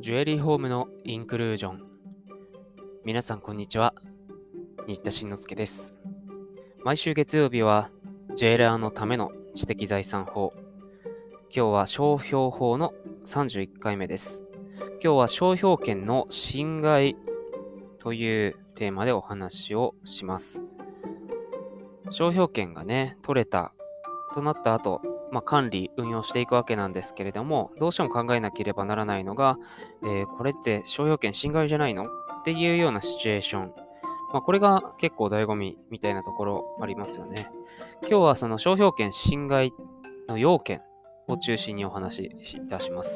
ジュエリーホームのインクルージョン。皆さんこんにちは。新田慎之介です。毎週月曜日はジュエラーのための知的財産法。今日は商標法の31回目です。今日は商標権の侵害というテーマでお話をします。商標権がね、取れたとなった後、管理、運用していくわけなんですけれども、どうしても考えなければならないのが、これって商標権侵害じゃないのっていうようなシチュエーション。これが結構醍醐味みたいなところありますよね。今日はその商標権侵害の要件を中心にお話しいたします。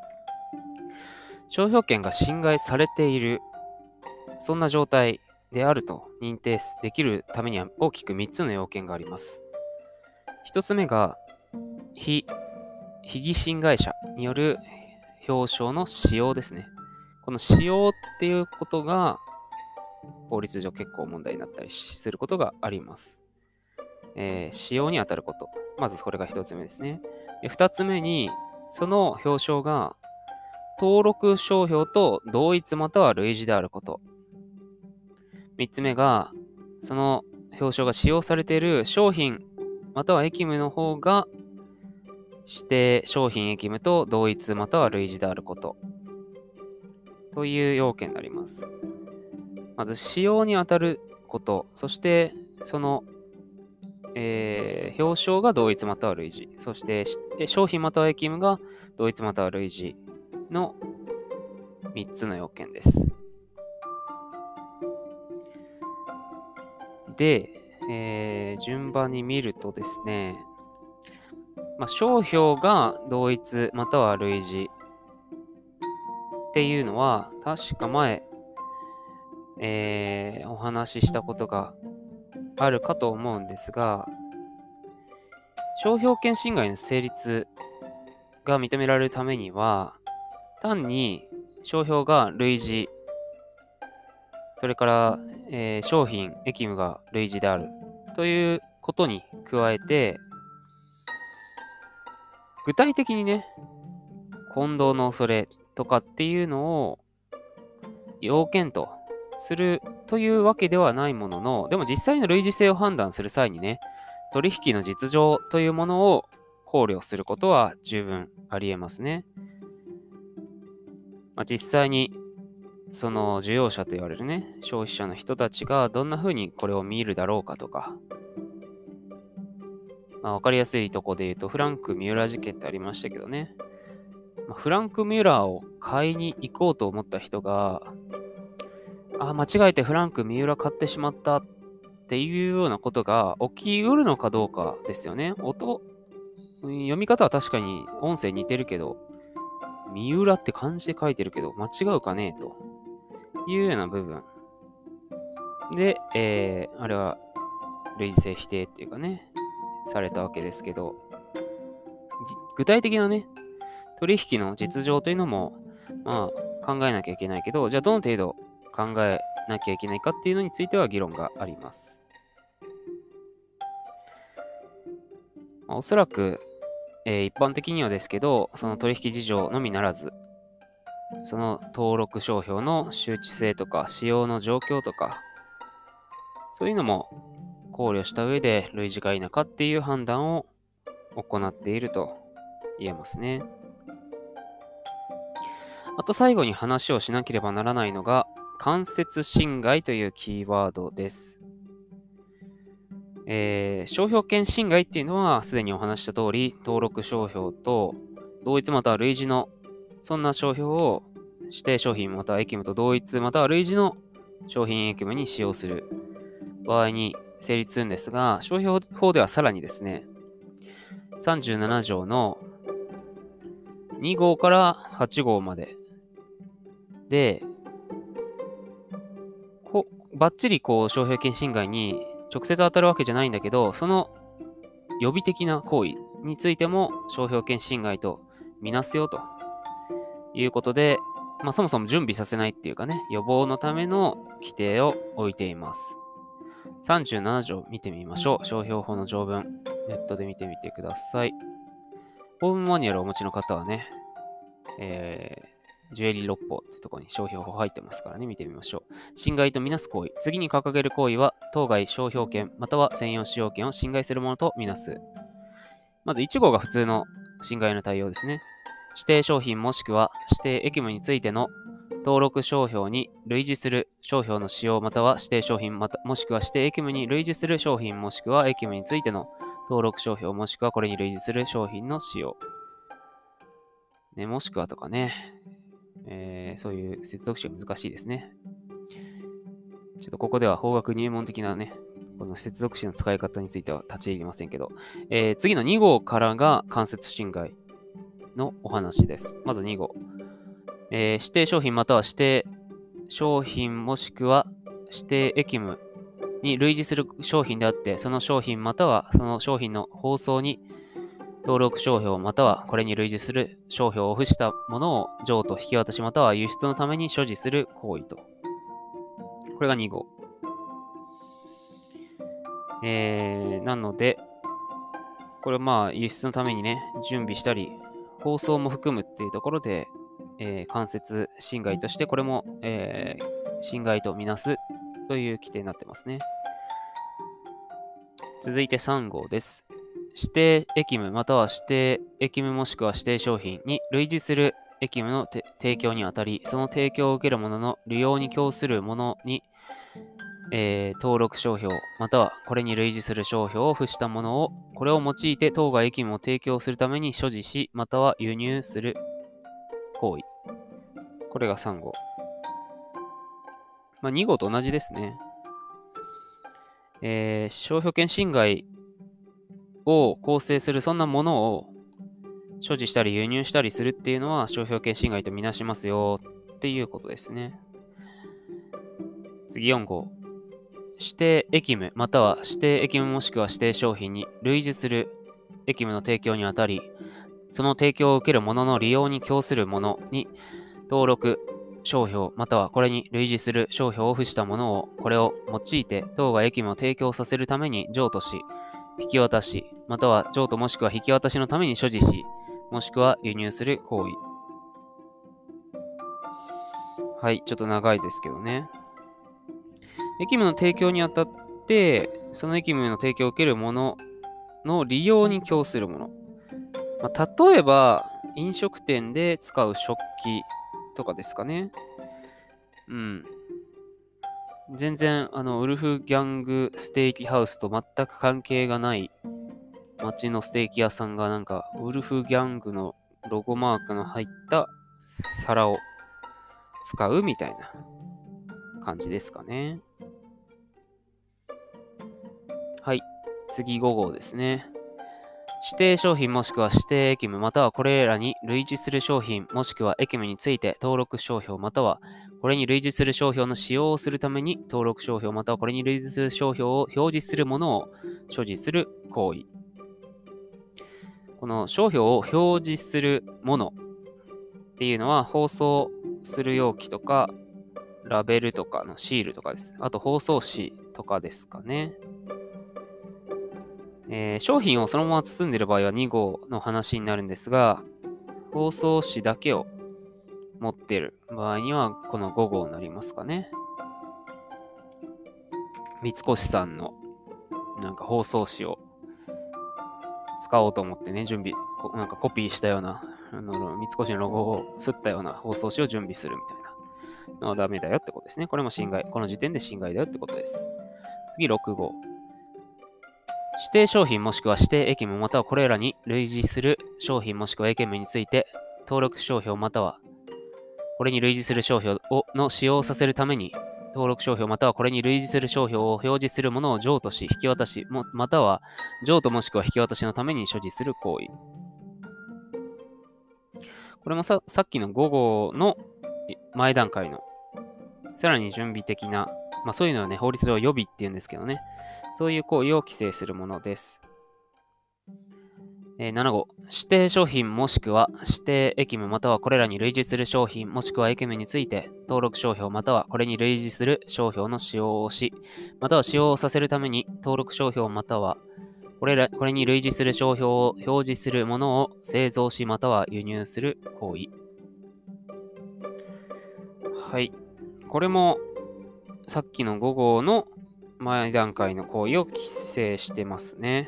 商標権が侵害されている、そんな状態であると認定できるためには大きく3つの要件があります。1つ目が、被疑侵害者による表彰の使用ですね。この使用っていうことが法律上結構問題になったりすることがあります。使用にあたること。まずこれが1つ目ですね。2つ目に、その表彰が登録商標と同一または類似であること。3つ目が、その表彰が使用されている商品または役務の方が指定商品役務と同一または類似であることという要件になります。まず使用にあたること、そしてその、表彰が同一または類似、そして商品または役務が同一または類似の3つの要件です。で、順番に見るとですね、商標が同一または類似っていうのは確か前、お話ししたことがあるかと思うんですが、商標権侵害の成立が認められるためには、単に商標が類似、それから、商品、役務が類似であるということに加えて、具体的にね、混同の恐れとかっていうのを要件とするというわけではないものの、でも実際の類似性を判断する際にね、取引の実情というものを考慮することは十分あり得ますね。実際にその需要者と言われるね、消費者の人たちがどんな風にこれを見るだろうかとか、わかりやすいとこで言うとフランク・ミューラー事件ってありましたけどね、フランク・ミューラーを買いに行こうと思った人が、間違えてフランク・ミューラー買ってしまったっていうようなことが起きうるのかどうかですよね。読み方は確かに音声似てるけど、三浦って漢字で書いてるけど、間違うかねというような部分。で、あれは類似性否定っていうかね、されたわけですけど、具体的なね、取引の実情というのも、考えなきゃいけないけど、じゃあどの程度考えなきゃいけないかっていうのについては議論があります。おそらく、一般的にはですけど、その取引事情のみならず、その登録商標の周知性とか使用の状況とか、そういうのも考慮した上で類似か否かっていう判断を行っていると言えますね。あと最後に話をしなければならないのが、間接侵害というキーワードです。商標権侵害っていうのは、すでにお話した通り、登録商標と同一または類似の、そんな商標を指定商品または役務と同一または類似の商品役務に使用する場合に成立するんですが、商標法ではさらにですね、37条の2号から8号までで、バッチリ商標権侵害に直接当たるわけじゃないんだけど、その予備的な行為についても商標権侵害とみなすよということで、そもそも準備させないっていうかね、予防のための規定を置いています。37条見てみましょう。商標法の条文、ネットで見てみてください。法務マニュアルをお持ちの方はね、 ジュエリー六法ってところに商標法入ってますからね、見てみましょう。侵害とみなす行為。次に掲げる行為は、当該商標権または専用使用権を侵害するものとみなす。まず1号が普通の侵害の対応ですね。指定商品もしくは指定役務についての登録商標に類似する商標の使用または指定商品もしくは指定役務に類似する商品もしくは役務についての登録商標もしくはこれに類似する商品の使用。ね、もしくはとかね、そういう接続詞が難しいですね。ちょっとここでは法学入門的なね、この接続詞の使い方については立ち入りませんけど、次の2号からが間接侵害のお話です。まず2号。指定商品または指定商品もしくは指定役務に類似する商品であって、その商品またはその商品の包装に登録商標またはこれに類似する商標を付したものを譲渡、引き渡しまたは輸出のために所持する行為と。これが2号。なので、これ輸出のためにね、準備したり、包装も含むっていうところで、間接侵害としてこれも、侵害とみなすという規定になってますね。続いて3号です。指定役務または指定役務もしくは指定商品に類似する役務の提供にあたり、その提供を受ける者の利用に供する者に、登録商標またはこれに類似する商標を付したものをこれを用いて当該役務を提供するために所持しまたは輸入する行為。これが3号。2号と同じですね。商標権侵害を構成するそんなものを所持したり輸入したりするっていうのは商標権侵害とみなしますよっていうことですね。次4号。指定役務または指定役務もしくは指定商品に類似する役務の提供にあたり、その提供を受ける者の利用に供する者に登録商標またはこれに類似する商標を付したものをこれを用いて当該役務を提供させるために譲渡し、引き渡しまたは譲渡もしくは引き渡しのために所持し、もしくは輸入する行為。はい、ちょっと長いですけどね。役務の提供にあたって、その役務の提供を受けるものの利用に供するもの。例えば、飲食店で使う食器とかですかね。全然、ウルフギャングステーキハウスと全く関係がない街のステーキ屋さんがなんか、ウルフギャングのロゴマークの入った皿を使うみたいな感じですかね。はい。次5号ですね。指定商品もしくは指定役務またはこれらに類似する商品もしくは役務について登録商標またはこれに類似する商標の使用をするために登録商標またはこれに類似する商標を表示するものを所持する行為。この商標を表示するものっていうのは包装する容器とかラベルとかのシールとかです。あと包装紙とかですかね。商品をそのまま包んでいる場合は2号の話になるんですが、包装紙だけを持っている場合にはこの5号になりますかね。三越さんのなんか包装紙を使おうと思ってね、準備、なんかコピーしたような、三越のロゴを刷ったような包装紙を準備するみたいなのはダメだよってことですね。これも侵害、この時点で侵害だよってことです。次6号。指定商品もしくは指定役務またはこれらに類似する商品もしくは役務について登録商標またはこれに類似する商標の使用させるために登録商標またはこれに類似する商標を表示するものを譲渡し引き渡しまたは譲渡もしくは引き渡しのために所持する行為。これもさっきの5号の前段階のさらに準備的な、そういうのはね、法律上予備って言うんですけどね、そういう行為を規制するものです。7号。指定商品もしくは指定役務またはこれらに類似する商品もしくは役務について登録商標またはこれに類似する商標の使用をし、または使用をさせるために登録商標またはこれに類似する商標を表示するものを製造しまたは輸入する行為。 はい。これも、さっきの5号の前段階の行為を規制してますね。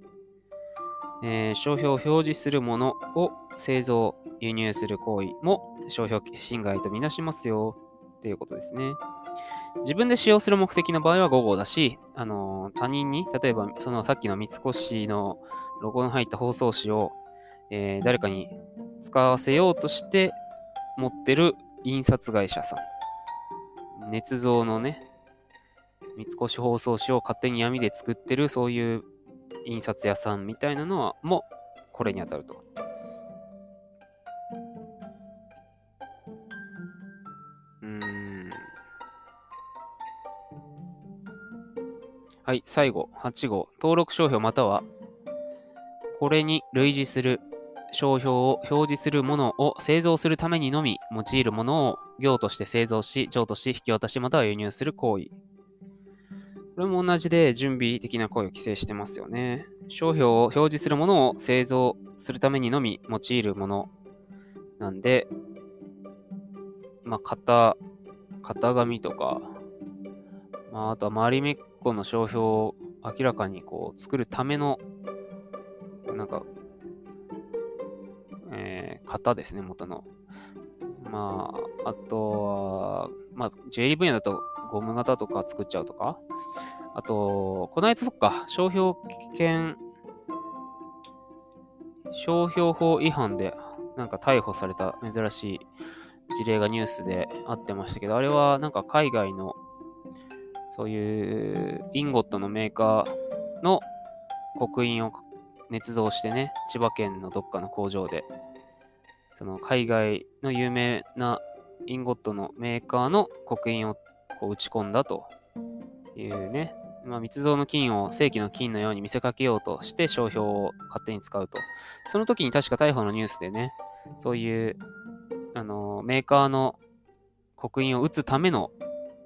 商標を表示するものを製造、輸入する行為も商標侵害とみなしますよっていうことですね。自分で使用する目的の場合は5号だし、他人に、例えばそのさっきの三越のロゴの入った包装紙を、誰かに使わせようとして持ってる印刷会社さん、捏造のね、三越包装紙を勝手に闇で作ってるそういう印刷屋さんみたいなのはもこれに当たると。はい、最後、8号。登録商標または、これに類似する商標を表示するものを製造するためにのみ用いるものを業として製造し、譲渡し、引き渡しまたは輸入する行為。これも同じで準備的な行為を規制してますよね。商標を表示するものを製造するためにのみ用いるものなんで、型紙とか、あとは周りめっこの商標を明らかにこう作るための、型ですね、元の。あとは、ジュエリー分野だとゴム型とか作っちゃうとか。あと、この間商標法違反で逮捕された珍しい事例がニュースであってましたけど、あれは海外のそういうインゴットのメーカーの刻印を捏造してね、千葉県のどっかの工場で、その海外の有名なインゴットのメーカーの刻印をこう打ち込んだというね、密造の金を正規の金のように見せかけようとして商標を勝手に使うと。その時に確か逮捕のニュースでね、そういうメーカーの刻印を打つための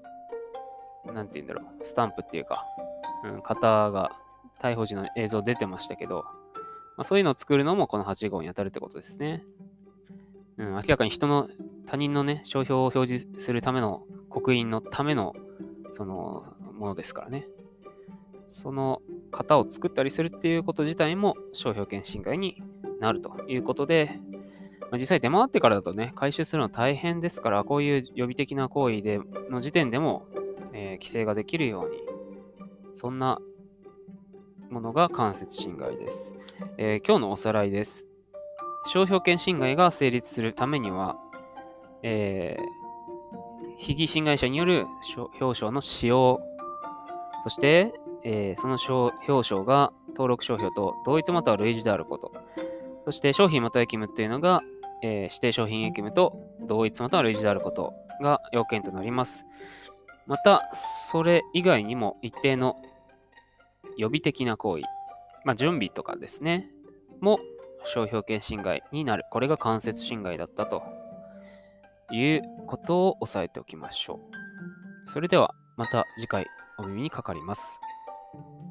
スタンプっていうか、型が逮捕時の映像出てましたけど、そういうのを作るのもこの8号に当たるってことですね。明らかに他人のね、商標を表示するための刻印のためのそのものですからね。その型を作ったりするっていうこと自体も商標権侵害になるということで、実際出回ってからだとね、回収するのは大変ですから、こういう予備的な行為の時点でも、規制ができるように、そんなものが間接侵害です。今日のおさらいです。商標権侵害が成立するためには、被疑侵害者による表彰の使用、そして、その表彰が登録商標と同一または類似であること、そして商品または役務というのが、指定商品役務と同一または類似であることが要件となります。また、それ以外にも一定の予備的な行為、準備とかですね、も商標権侵害になる。これが間接侵害だったということを押さえておきましょう。それではまた次回お耳にかかります。